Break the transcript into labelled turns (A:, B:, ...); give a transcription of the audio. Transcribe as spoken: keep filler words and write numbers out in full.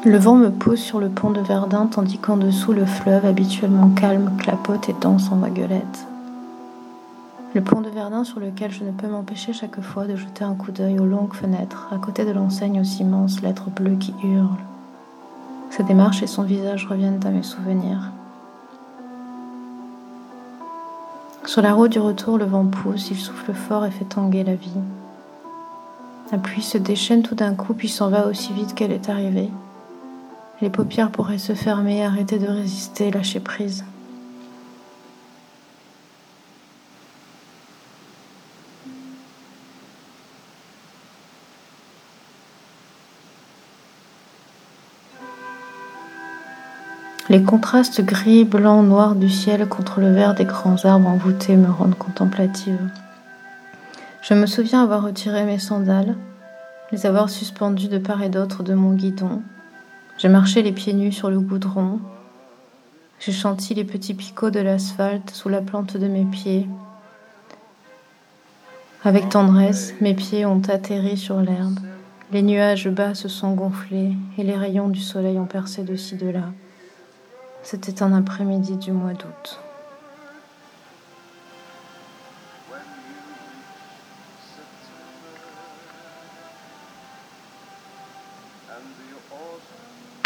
A: Le vent me pousse sur le pont de Verdun, tandis qu'en dessous le fleuve, habituellement calme, clapote et danse en vaguelettes. Le pont de Verdun sur lequel je ne peux m'empêcher chaque fois de jeter un coup d'œil aux longues fenêtres, à côté de l'enseigne aux immenses lettres bleues qui hurlent. Sa démarche et son visage reviennent à mes souvenirs. Sur la route du retour, le vent pousse, il souffle fort et fait tanguer la vie. La pluie se déchaîne tout d'un coup, puis s'en va aussi vite qu'elle est arrivée. Les paupières pourraient se fermer, arrêter de résister, lâcher prise. Les contrastes gris, blanc, noir du ciel contre le vert des grands arbres envoûtés me rendent contemplative. Je me souviens avoir retiré mes sandales, les avoir suspendues de part et d'autre de mon guidon. J'ai marché les pieds nus sur le goudron. J'ai senti les petits picots de l'asphalte sous la plante de mes pieds. Avec tendresse, mes pieds ont atterri sur l'herbe. Les nuages bas se sont gonflés et les rayons du soleil ont percé de ci de là. C'était un après-midi du mois d'août.
B: And the autumn